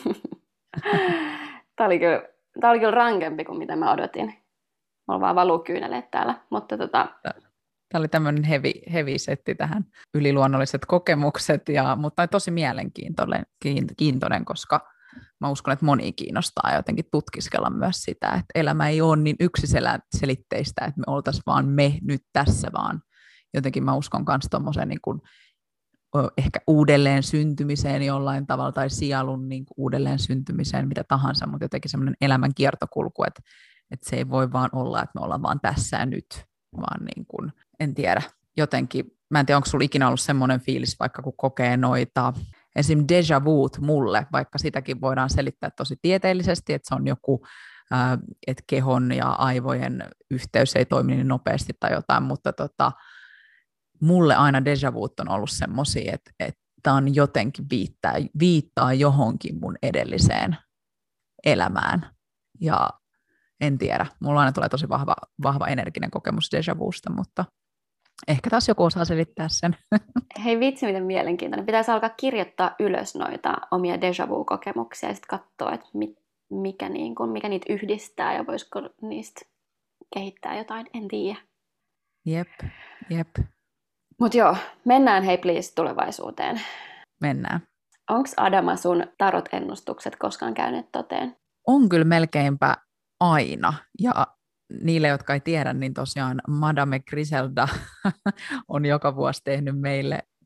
Tämä oli kyllä rankempi kuin mitä mä odotin. Mulla vaan valuu kyyneleet täällä, mutta Tämä oli tämmöinen heavy setti tähän, yliluonnolliset kokemukset, mutta tosi mielenkiintoinen, koska mä uskon, että moni kiinnostaa jotenkin tutkiskella myös sitä, että elämä ei ole niin yksiselitteistä, että me oltaisiin vaan me nyt tässä, vaan jotenkin mä uskon myös tuommoiseen niin kuin ehkä uudelleen syntymiseen jollain tavalla, tai sielun niin kuin uudelleen syntymiseen, mitä tahansa, mutta jotenkin semmoinen elämän kiertokulku, että se ei voi vaan olla, että me ollaan vaan tässä ja nyt, vaan niin kuin, en tiedä, jotenkin, mä en tiedä, onko sulla ikinä ollut semmoinen fiilis, vaikka kun kokee noita, esim. Déjà vuut mulle, vaikka sitäkin voidaan selittää tosi tieteellisesti, että se on joku, että kehon ja aivojen yhteys ei toimi niin nopeasti tai jotain, mutta mulle aina déjà vuut on ollut semmoisia, että tämä on jotenkin viittaa johonkin mun edelliseen elämään. Ja en tiedä, mulla aina tulee tosi vahva energinen kokemus déjà vuusta, mutta ehkä taas joku osaa selittää sen. Hei vitsi, miten mielenkiintoinen. Pitäisi alkaa kirjoittaa ylös noita omia déjà vu-kokemuksia ja sitten katsoa, että mikä niitä yhdistää ja voisiko niistä kehittää jotain, en tiedä. Jep. Mut joo, mennään hei please tulevaisuuteen. Mennään. Onks Adama sun tarot-ennustukset koskaan käyneet toteen? On kyllä melkeinpä aina. Ja niille, jotka ei tiedä, niin tosiaan Madame Griselda on joka vuosi tehnyt meille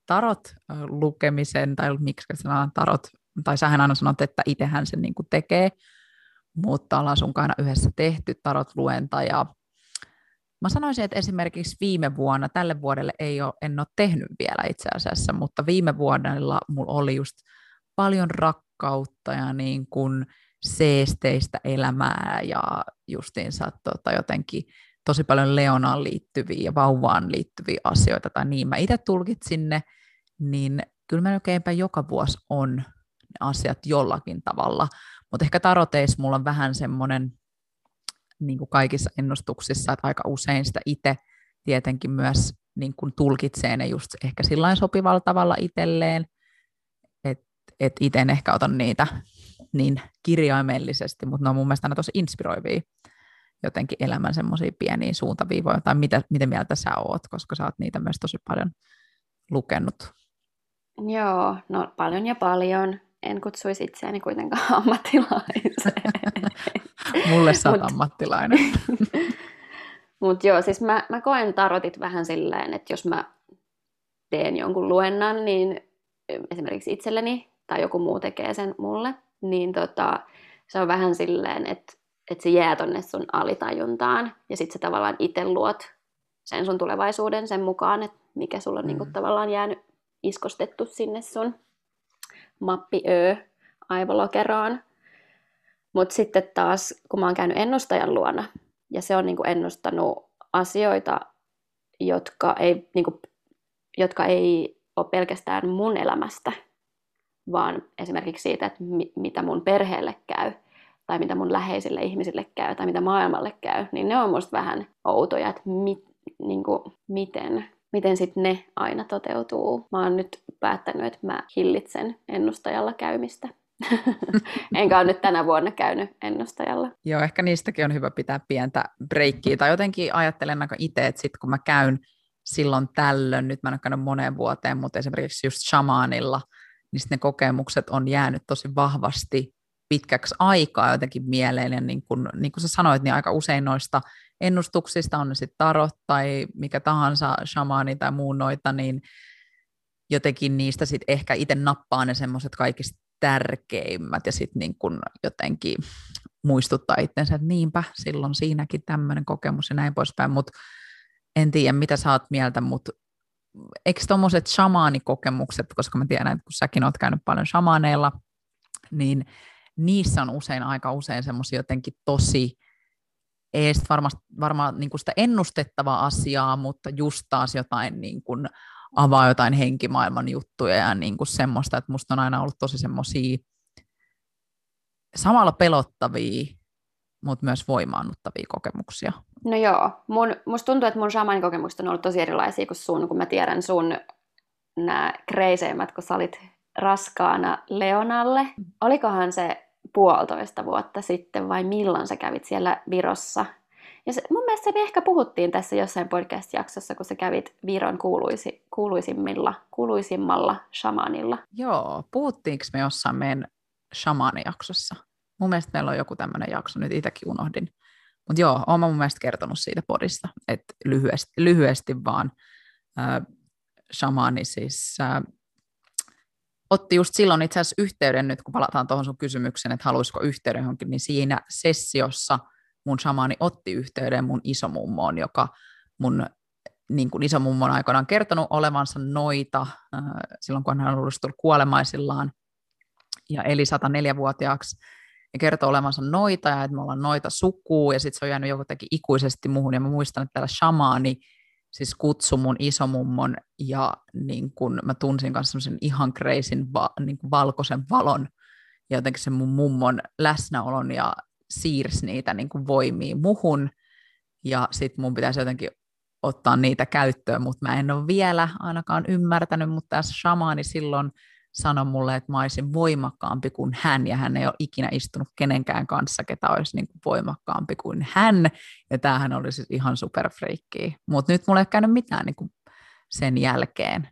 tarot lukemisen, tai miksi sanotaan tarot, tai sähän aina sanot, että itsehän sen niin kuin tekee, mutta ollaan sun aina yhdessä tehty tarot-luenta, ja mä sanoisin, että esimerkiksi viime vuonna, tälle vuodelle en ole tehnyt vielä itse asiassa, mutta viime vuodella mulla oli just paljon rakkautta ja niin kuin seesteistä elämää ja justiinsa jotenkin tosi paljon Leonaan liittyviä ja vauvaan liittyviä asioita, tai niin mä itse tulkitsin ne, niin kyllä melkeinpä joka vuosi on ne asiat jollakin tavalla, mutta ehkä taroteissa mulla on vähän semmoinen, niin kuin kaikissa ennustuksissa, että aika usein sitä itse tietenkin myös niin kuin tulkitsee ne just ehkä sillain sopivalla tavalla itselleen, että itse en ehkä otan niitä niin kirjaimellisesti, mutta ne on mun mielestä aina tosi inspiroivia jotenkin elämän semmoisia pieniä suuntaviivoja, tai miten mieltä sä oot, koska sä oot niitä myös tosi paljon lukenut. Joo, no paljon ja paljon. En kutsuisi itseäni kuitenkaan ammattilaiseen. Mulle sä oot ammattilainen. Mutta joo, siis mä koen tarotit vähän silleen, että jos mä teen jonkun luennan, niin esimerkiksi itselleni, tai joku muu tekee sen mulle, niin se on vähän silleen, että se jää tonne sun alitajuntaan, ja sit sä tavallaan itse luot sen sun tulevaisuuden sen mukaan, että mikä sulla on niinku tavallaan jäänyt iskostettu sinne sun mappi-aivolokeroon. Mutta sitten taas, kun mä oon käynyt ennustajan luona, ja se on niinku ennustanut asioita, jotka ei ole pelkästään mun elämästä, vaan esimerkiksi siitä, että mitä mun perheelle käy, tai mitä mun läheisille ihmisille käy, tai mitä maailmalle käy, niin ne on musta vähän outoja, että miten sitten ne aina toteutuu. Mä oon nyt päättänyt, että mä hillitsen ennustajalla käymistä. Enkä ole nyt tänä vuonna käynyt ennustajalla. Joo, ehkä niistäkin on hyvä pitää pientä breikkiä. Tai jotenkin ajattelen aika itse, että sit kun mä käyn silloin tällöin, nyt mä en ole käynyt moneen vuoteen, mutta esimerkiksi just shamaanilla, niin ne kokemukset on jäänyt tosi vahvasti pitkäksi aikaa jotenkin mieleen. Ja niin kuin sä sanoit, niin aika usein noista ennustuksista, on ne sitten tarot tai mikä tahansa shamaani tai muun noita, niin jotenkin niistä sitten ehkä itse nappaa ne semmoiset kaikista tärkeimmät ja sitten niin kuin jotenkin muistuttaa itsensä, että niinpä, silloin siinäkin tämmöinen kokemus ja näin poispäin, mutta en tiedä, mitä sä oot mieltä, mutta eikö tommoset shamaanikokemukset, koska mä tiedän, että kun säkin oot käynyt paljon shamaaneilla, niin niissä on aika usein semmoisia jotenkin tosi, ei varmaan niin kuin sitä ennustettavaa asiaa, mutta just taas jotain niin kuin avaa jotain henkimaailman juttuja ja niin kuin semmoista, että musta on aina ollut tosi semmoisia samalla pelottavia, mutta myös voimaannuttavia kokemuksia. No joo, musta tuntuu, että mun shamanikokemukset on ollut tosi erilaisia kuin sun, kun mä tiedän sun nämä kreiseimmät, kun sä olit raskaana Leonalle. Olikohan se 1,5 vuotta sitten vai milloin sä kävit siellä Virossa? Ja mun mielestä me ehkä puhuttiin tässä jossain podcast-jaksossa, kun sä kävit Viron kuuluisimmalla shamanilla. Joo, puhuttiinko me jossain meidän shamaanijaksossa? Mun mielestä meillä on joku tämmöinen jakso, nyt itsekin unohdin. Mutta joo, oon mä mun mielestä kertonut siitä podista, että lyhyesti vaan shamaani siis otti just silloin itse asiassa yhteyden, nyt kun palataan tuohon sun kysymykseen, että haluaisiko yhteyden johonkin, niin siinä sessiossa mun shamaani otti yhteyden mun isomummoon, joka mun niin kuin isomummo on aikoinaan kertonut olevansa noita, silloin kun hän oli tullut kuolemaisillaan ja eli 104-vuotiaaksi, ja kertoi olevansa noita ja että me ollaan noita sukua, ja sitten se on jäänyt jotenkin ikuisesti muuhun, ja mä muistan, että täällä shamaani siis kutsui mun isomummon, ja niin kun mä tunsin kanssa semmoisen ihan kreisin niin valkoisen valon, ja jotenkin sen mun mummon läsnäolon, ja siirsi niitä niin kuin voimia muhun, ja sitten mun pitäisi jotenkin ottaa niitä käyttöön, mutta mä en ole vielä ainakaan ymmärtänyt, mutta tässä shamaani silloin sanoi mulle, että mä olisin voimakkaampi kuin hän, ja hän ei ole ikinä istunut kenenkään kanssa, ketä olisi niin kuin voimakkaampi kuin hän, ja tämähän oli siis ihan superfreikkiä. Mutta nyt mulla ei ole käynyt mitään niin kuin sen jälkeen.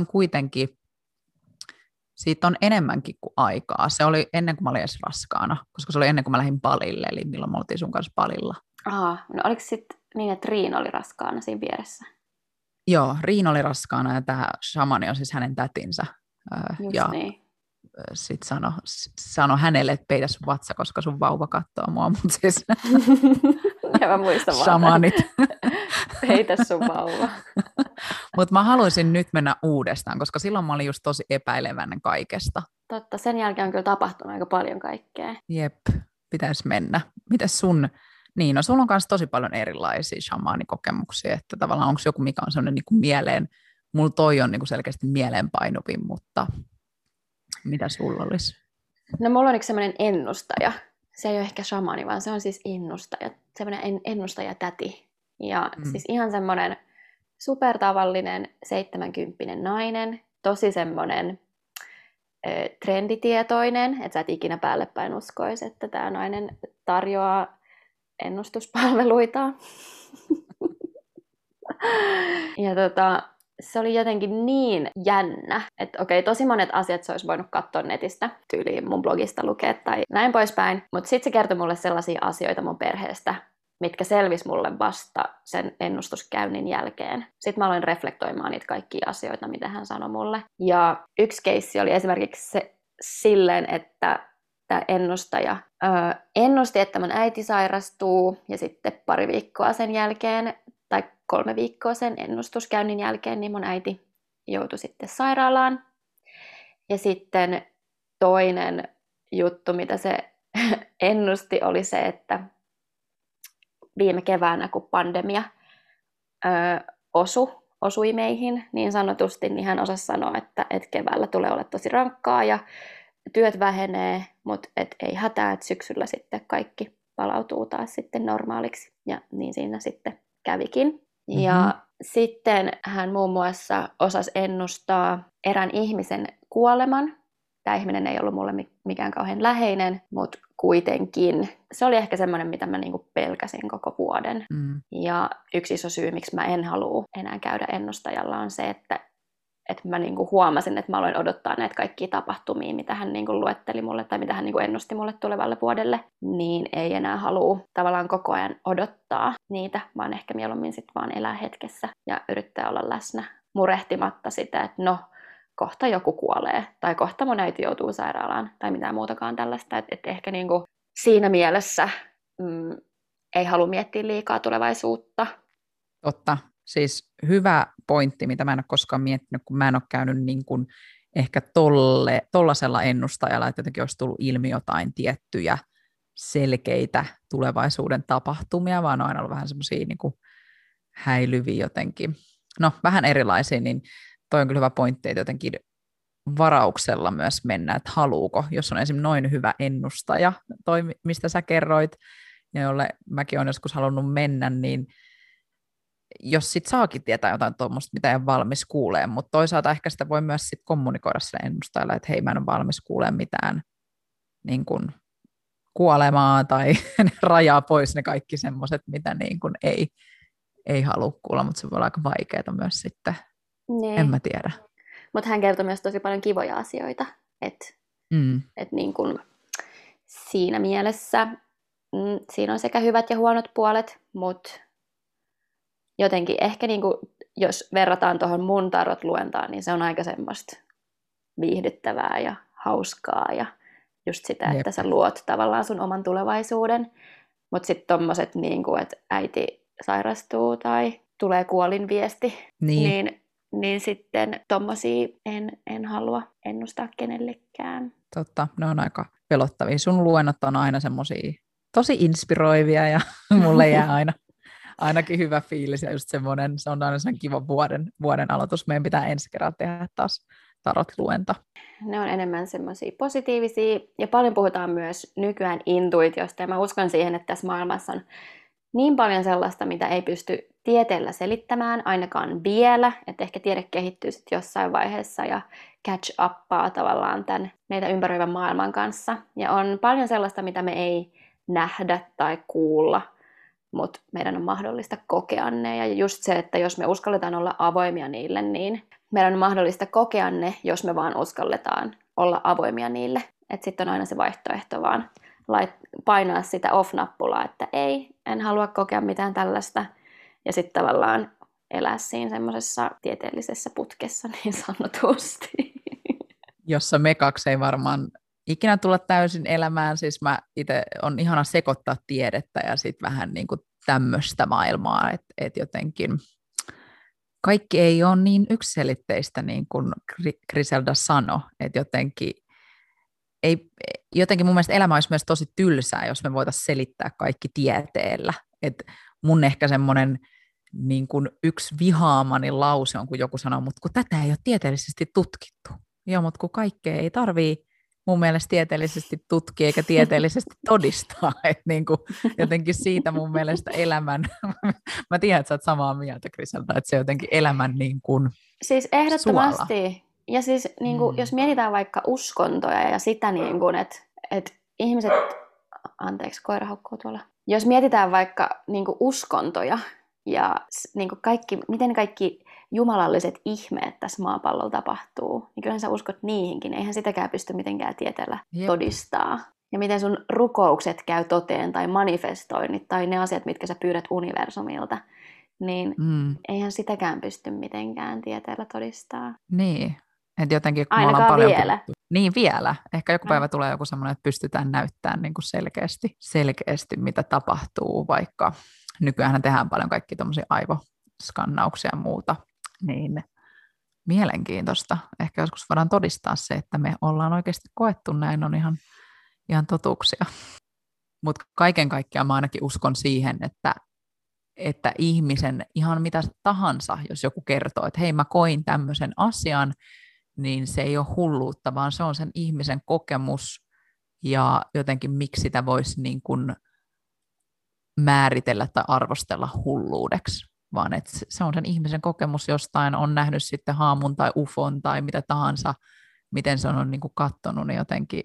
Siitä on enemmänkin kuin aikaa. Se oli ennen kuin mä olin edes raskaana, koska se oli ennen kuin mä lähdin Balille, eli milloin me oltiin sun kanssa Balilla. No oliko sitten niin, että Riina oli raskaana siinä vieressä? Joo, Riina oli raskaana ja tämä shamani on siis hänen tätinsä. Just Ja niin. sitten sano hänelle, että peitä sun vatsa, koska sun vauva kattoo mua, mutta siis Ja mä muistan vaan tämän. shamanit. Peitä sun vauva. Mutta mä haluaisin nyt mennä uudestaan, koska silloin mä olin just tosi epäileväinen kaikesta. Totta, sen jälkeen on kyllä tapahtunut aika paljon kaikkea. Jep, pitäisi mennä. Mites sun? Niin, no sulla on myös tosi paljon erilaisia shamanikokemuksia, että tavallaan onko joku, mikä on sellainen niin kuin mieleen, mulla toi on niin kuin selkeästi mieleenpainuvin, mutta mitä sulla olisi? No mulla on yksi semmoinen ennustaja. Se ei ole ehkä shamani, vaan se on siis ennustaja. Semmoinen ennustajatäti. Ja siis ihan semmoinen supertavallinen 70 nainen. Tosi semmoinen trenditietoinen, että sä et ikinä päälle päin uskoisi, että tämä nainen tarjoaa ennustuspalveluita. Ja se oli jotenkin niin jännä, että okei, tosi monet asiat se olisi voinut katsoa netistä, tyyliin mun blogista lukea tai näin poispäin, mutta sitten se kertoi mulle sellaisia asioita mun perheestä, mitkä selvisi mulle vasta sen ennustuskäynnin jälkeen. Sitten mä aloin reflektoimaan niitä kaikkia asioita, mitä hän sanoi mulle. Ja yksi keissi oli esimerkiksi silleen, että tämä ennustaja ennusti, että mun äiti sairastuu, ja sitten pari viikkoa sen jälkeen, tai 3 viikkoa sen ennustuskäynnin jälkeen, niin mun äiti joutui sitten sairaalaan. Ja sitten toinen juttu, mitä se ennusti, oli se, että viime keväänä, kun pandemia osui meihin niin sanotusti, niin hän osasi sanoa, että keväällä tulee olla tosi rankkaa ja työt vähenee, mutta ei hätää, että syksyllä sitten kaikki palautuu taas sitten normaaliksi. Ja niin siinä sitten kävikin. Mm-hmm. Ja sitten hän muun muassa osasi ennustaa erään ihmisen kuoleman. Tämä ihminen ei ollut mulle mikään kauhean läheinen, mutta kuitenkin se oli ehkä semmoinen, mitä mä niinku pelkäsin koko vuoden. Ja yksi iso syy, miksi mä en halua enää käydä ennustajalla, on se, että mä niinku huomasin, että mä aloin odottaa näitä kaikkia tapahtumia, mitä hän niinku luetteli mulle tai mitä hän niinku ennusti mulle tulevalle vuodelle, niin ei enää halua tavallaan koko ajan odottaa niitä, vaan ehkä mieluummin sitten vaan elää hetkessä ja yrittää olla läsnä murehtimatta sitä, että no, kohta joku kuolee tai kohta mun äiti joutuu sairaalaan tai mitään muutakaan tällaista, että ehkä niinku siinä mielessä ei halua miettiä liikaa tulevaisuutta. Totta. Siis hyvä pointti, mitä mä en ole koskaan miettinyt, kun mä en ole käynyt niin kuin ehkä tollasella ennustajalla, että jotenkin olisi tullut ilmi jotain tiettyjä selkeitä tulevaisuuden tapahtumia, vaan on aina ollut vähän semmoisia niin kuin häilyviä jotenkin, no vähän erilaisia, niin toi on kyllä hyvä pointti, että jotenkin varauksella myös mennä, että haluuko, jos on esimerkiksi noin hyvä ennustaja, toi mistä sä kerroit, ja jolle mäkin olen joskus halunnut mennä, niin jos sit saakin tietää jotain tuommoista, mitä ei ole valmis kuulemaan, mutta toisaalta ehkä sitä voi myös sit kommunikoida sille ennustajalle, että hei, mä en ole valmis kuulemaan mitään niin kuin kuolemaa tai rajaa pois ne kaikki semmoiset, mitä niin kuin ei halua kuulla, mutta se voi olla aika vaikeaa myös sitten, niin. En mä tiedä. Mutta hän kertoi myös tosi paljon kivoja asioita, että niin kuin siinä mielessä siinä on sekä hyvät ja huonot puolet, mutta jotenkin ehkä niin kuin, jos verrataan tuohon mun tarot-luentaan, niin se on aika semmoista viihdyttävää ja hauskaa ja just sitä, että sä luot tavallaan sun oman tulevaisuuden. Mutta sitten tommoset, niin kuin, että äiti sairastuu tai tulee kuolinviesti, niin sitten tommosia en halua ennustaa kenellekään. Totta, ne on aika pelottavia. Sun luennot on aina semmosia tosi inspiroivia ja mulle jää ainakin hyvä fiilis ja just semmoinen, se on aina sen kiva vuoden aloitus. Meidän pitää ensi kerralla tehdä taas tarot-luenta. Ne on enemmän semmoisia positiivisia ja paljon puhutaan myös nykyään intuitiosta ja mä uskon siihen, että tässä maailmassa on niin paljon sellaista, mitä ei pysty tieteellä selittämään, ainakaan vielä, että ehkä tiede kehittyy sitten jossain vaiheessa ja catch uppaa tavallaan tämän meitä ympäröivän maailman kanssa. Ja on paljon sellaista, mitä me ei nähdä tai kuulla, mutta meidän on mahdollista kokea ne. Ja just se, että jos me uskalletaan olla avoimia niille, niin meidän on mahdollista kokea ne, jos me vaan uskalletaan olla avoimia niille. Että sitten on aina se vaihtoehto vaan painaa sitä off-nappulaa, että ei, en halua kokea mitään tällaista. Ja sitten tavallaan elää siinä semmoisessa tieteellisessä putkessa niin sanotusti. Jossa me kaksi ei varmaan ikinä tulla täysin elämään. Siis mä itse on ihana sekoittaa tiedettä ja sitten vähän niin kuin tämmöistä maailmaa, että jotenkin kaikki ei ole niin yksiselitteistä niin kuin Griselda sanoi, että jotenkin mun mielestä elämä olisi myös tosi tylsää, jos me voitaisiin selittää kaikki tieteellä. Et mun ehkä semmoinen niin kuin yksi vihaamani lause on, kun joku sanoo, mutta kun tätä ei ole tieteellisesti tutkittu. Joo, mutta kun kaikkea ei tarvitse mun mielestä tieteellisesti tutkia eikä tieteellisesti todistaa. Että niin kuin jotenkin siitä mun mielestä elämän, mä tiedän, että sä oot samaa mieltä, Griselda, että se jotenkin elämän niin kuin siis ehdottomasti. suola. Ja siis niin kuin, jos mietitään vaikka uskontoja ja sitä, niin kuin, että ihmiset... Anteeksi, koira haukkuu tuolla. Jos mietitään vaikka niin kuin uskontoja ja niin kuin miten kaikki jumalalliset ihmeet tässä maapallolla tapahtuu, niin kyllähän sä uskot niihinkin. Eihän sitäkään pysty mitenkään tieteellä todistaa. Ja miten sun rukoukset käy toteen tai manifestoinnit tai ne asiat, mitkä sä pyydät universumilta, niin eihän sitäkään pysty mitenkään tieteellä todistaa. Niin, että jotenkin kun ainakaan me ollaan paljon vielä. puhuttu. Niin vielä. Ehkä joku päivä tulee joku semmoinen, että pystytään näyttämään niin kuin selkeästi, mitä tapahtuu, vaikka nykyään tehdään paljon kaikki tuommoisia aivoskannauksia ja muuta. Niin mielenkiintoista. Ehkä joskus voidaan todistaa se, että me ollaan oikeasti koettu näin, on ihan totuuksia. Mutta kaiken kaikkiaan mä ainakin uskon siihen, että ihmisen ihan mitä tahansa, jos joku kertoo, että hei mä koin tämmöisen asian, niin se ei ole hulluutta, vaan se on sen ihmisen kokemus ja jotenkin miksi sitä voisi niin kuin määritellä tai arvostella hulluudeksi, vaan että se on sen ihmisen kokemus jostain, on nähnyt sitten haamun tai ufon tai mitä tahansa, miten se on niin kuin katsonut, niin jotenkin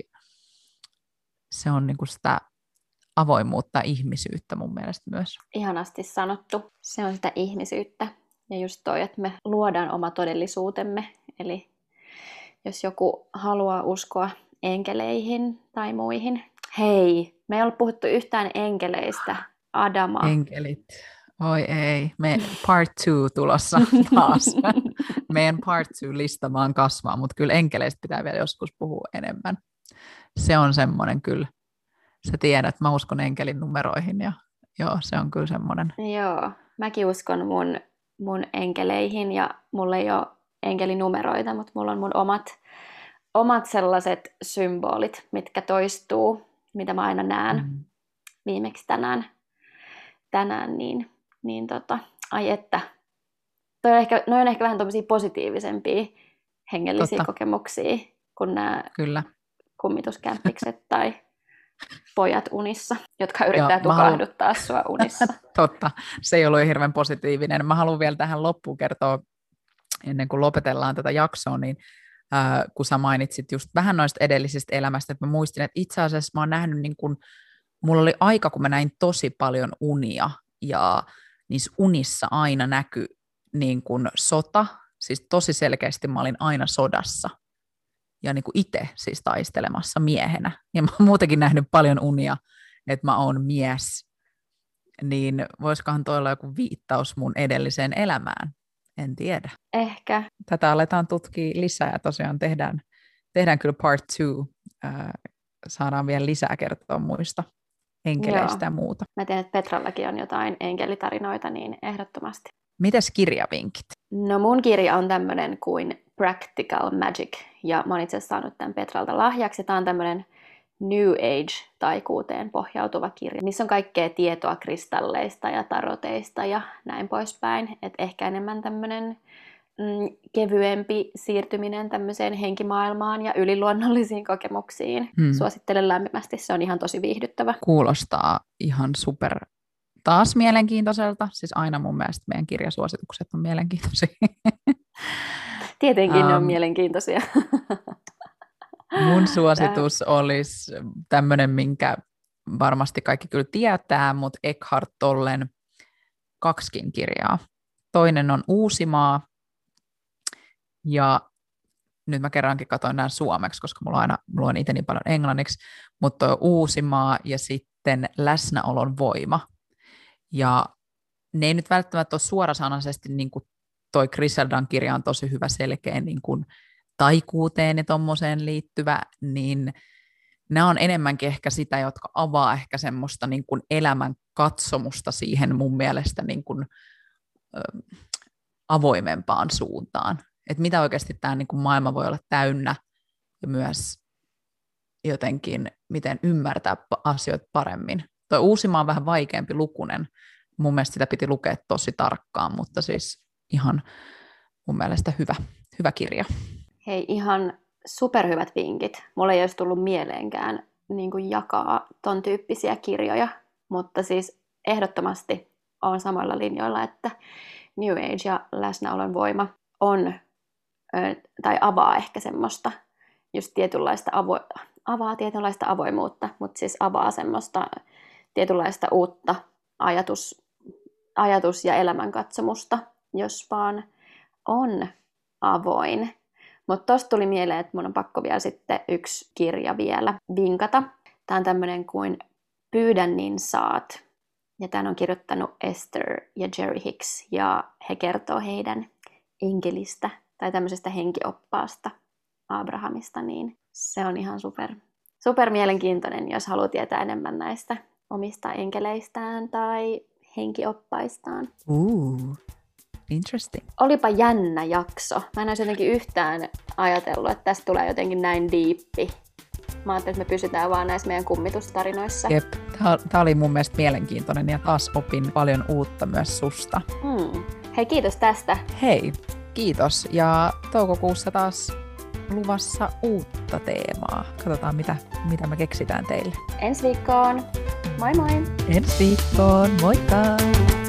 se on niin kuin sitä avoimuutta ja ihmisyyttä mun mielestä myös. Ihanasti sanottu. Se on sitä ihmisyyttä. Ja just toi, että me luodaan oma todellisuutemme. Eli jos joku haluaa uskoa enkeleihin tai muihin. Hei, me ei ole puhuttu yhtään enkeleistä. Adama. Enkelit. Oi ei. Me part 2 tulossa taas. Meidän part 2-lista vaan kasvaa, mutta kyllä enkeleistä pitää vielä joskus puhua enemmän. Se on semmoinen kyllä. Sä tiedät, mä uskon enkelin numeroihin ja joo, se on kyllä semmoinen. Joo, mäkin uskon mun enkeleihin ja mulla ei ole enkelinumeroita, mutta mulla on mun omat sellaiset symbolit, mitkä toistuu, mitä mä aina näen. Viimeksi tänään niin ai että. Noi on ehkä vähän tommosia positiivisempia hengellisiä kokemuksia kuin nämä kummituskämppikset tai pojat unissa, jotka yrittää tukahduttaa sua unissa. Totta, se ei ollut hirveän positiivinen. Mä haluan vielä tähän loppuun kertoa, ennen kuin lopetellaan tätä jaksoa, niin kun sä mainitsit just vähän noista edellisistä elämästä, että mä muistin, että itse asiassa mä oon nähnyt, niin kun, mulla oli aika, kun mä näin tosi paljon unia, ja niissä unissa aina näkyi niin kun sota, siis tosi selkeästi mä olin aina sodassa, ja niin kuin itse siis taistelemassa miehenä. Ja mä oon muutenkin nähnyt paljon unia, että mä oon mies. Niin voisikohan toi olla joku viittaus mun edelliseen elämään? En tiedä. Ehkä. Tätä aletaan tutkia lisää ja tosiaan tehdään kyllä part 2. Saadaan vielä lisää kertoa muista enkeleistä ja muuta. Mä tiedän, että Petrallakin on jotain enkelitarinoita, niin ehdottomasti. Mites kirjavinkit? No mun kirja on tämmönen kuin Practical Magic, ja mä oon itse asiassa saanut tämän Petralta lahjaksi. Tää on tämmönen New Age-taikuuteen pohjautuva kirja, missä on kaikkea tietoa kristalleista ja taroteista ja näin poispäin. Et ehkä enemmän tämmönen kevyempi siirtyminen tämmöiseen henkimaailmaan ja yliluonnollisiin kokemuksiin. Suosittelen lämpimästi, se on ihan tosi viihdyttävä. Kuulostaa ihan super. Taas mielenkiintoiselta. Siis aina mun mielestä meidän kirjasuositukset on mielenkiintoisia. Tietenkin ne on mielenkiintoisia. Mun suositus olisi tämmöinen, minkä varmasti kaikki kyllä tietää, mutta Eckhart Tollen 2 kirjaa. Toinen on Uusimaa, ja nyt mä kerrankin katsoin nämä suomeksi, koska mulla aina luen itse niin paljon englanniksi, mutta Uusimaa ja sitten Läsnäolon voima. Ja ne ei nyt välttämättä ole suorasanaisesti, niin kuin toi Griseldan kirja on tosi hyvä selkeä niin kuin taikuuteen ja tommoseen liittyvä, niin nämä on enemmänkin ehkä sitä, jotka avaa ehkä semmoista niin kuin elämän katsomusta siihen mun mielestä niin kuin, avoimempaan suuntaan. Että mitä oikeasti tämä niin kuin maailma voi olla täynnä ja myös jotenkin, miten ymmärtää asioita paremmin. Tuo Uusimaa on vähän vaikeampi lukunen. Mun mielestä sitä piti lukea tosi tarkkaan, mutta siis ihan mun mielestä hyvä kirja. Hei, ihan superhyvät vinkit. Mulle ei olisi tullut mieleenkään niin kuin jakaa ton tyyppisiä kirjoja, mutta siis ehdottomasti olen samoilla linjoilla, että New Age ja läsnäolon voima on, tai avaa ehkä semmoista just avaa tietynlaista avoimuutta, mutta siis avaa semmoista tietynlaista uutta ajatus- ja elämänkatsomusta, jos vaan on avoin. Mutta tosta tuli mieleen, että mun on pakko vielä sitten yksi kirja vielä vinkata. Tämä on tämmöinen kuin Pyydä niin saat. Ja tämän on kirjoittanut Esther ja Jerry Hicks. Ja he kertoo heidän enkelistä tai tämmöisestä henkioppaasta Abrahamista. Niin se on ihan super mielenkiintoinen, jos haluaa tietää enemmän näistä omista enkeleistään tai henkioppaistaan. Interesting. Olipa jännä jakso. Mä en olisi jotenkin yhtään ajatellut, että tästä tulee jotenkin näin diippi. Mä ajattelin, että me pysytään vaan näissä meidän kummitustarinoissa. Jep, tää oli mun mielestä mielenkiintoinen ja taas opin paljon uutta myös susta. Hei, kiitos tästä. Hei, kiitos. Ja toukokuussa taas luvassa uutta teemaa. Katsotaan, mitä me keksitään teille. Ensi viikkoon. Moi moi! Ensi viikkoon, moikka!